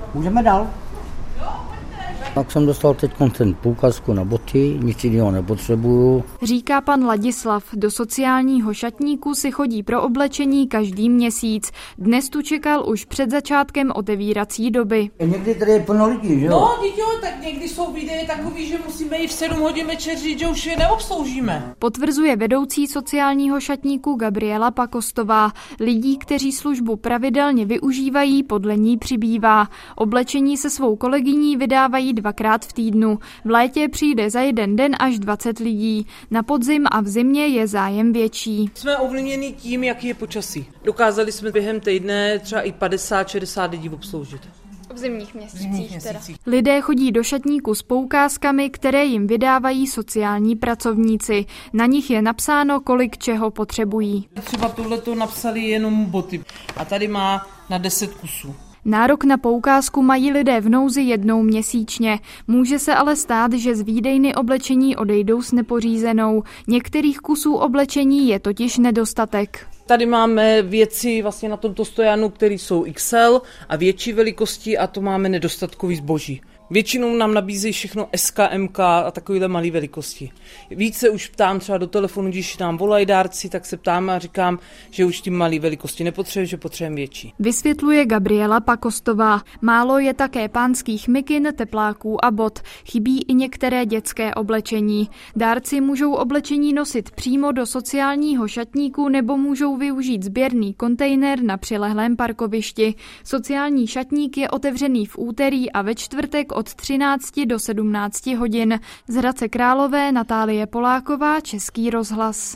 Můžeme dál? Tak jsem dostal teď ten poukazku na boty, nic jiného nepotřebuju. Říká pan Ladislav, do sociálního šatníku si chodí pro oblečení každý měsíc. Dnes tu čekal už před začátkem otevírací doby. Někdy tady je plno lidí, že jo? No, jo, tak někdy jsou výdeje takový, že musíme jít v 7 hodin večer říct, že už je neobsloužíme. Potvrzuje vedoucí sociálního šatníku Gabriela Pakostová. Lidí, kteří službu pravidelně využívají, podle ní přibývá. Oblečení se svou kolegyní vydávají 2krát v týdnu. V létě přijde za jeden den až 20 lidí. Na podzim a v zimě je zájem větší. Jsme ovlivněni tím, jaký je počasí. Dokázali jsme během týdne třeba i 50-60 lidí obsloužit. V zimních měsících teda. Lidé chodí do šatníku s poukázkami, které jim vydávají sociální pracovníci. Na nich je napsáno, kolik čeho potřebují. Třeba tohleto napsali jenom boty a tady má na 10 kusů. Nárok na poukázku mají lidé v nouzi jednou měsíčně. Může se ale stát, že z výdejny oblečení odejdou s nepořízenou. Některých kusů oblečení je totiž nedostatek. Tady máme věci vlastně na tomto stojanu, které jsou XL a větší velikosti a to máme nedostatkový zboží. Většinou nám nabízejí všechno SK, MK a takovéhle malé velikosti. Více už ptám třeba do telefonu, když nám volají dárci, tak se ptám a říkám, že už ty malé velikosti nepotřebujeme, že potřebujeme větší. Vysvětluje Gabriela Pakostová. Málo je také pánských mikin, tepláků a bot. Chybí i některé dětské oblečení. Dárci můžou oblečení nosit přímo do sociálního šatníku nebo můžou využít sběrný kontejner na přilehlém parkovišti. Sociální šatník je otevřený v úterý a ve čtvrtek od 13 do 17 hodin. Z Hradce Králové Natálie Poláková, Český rozhlas.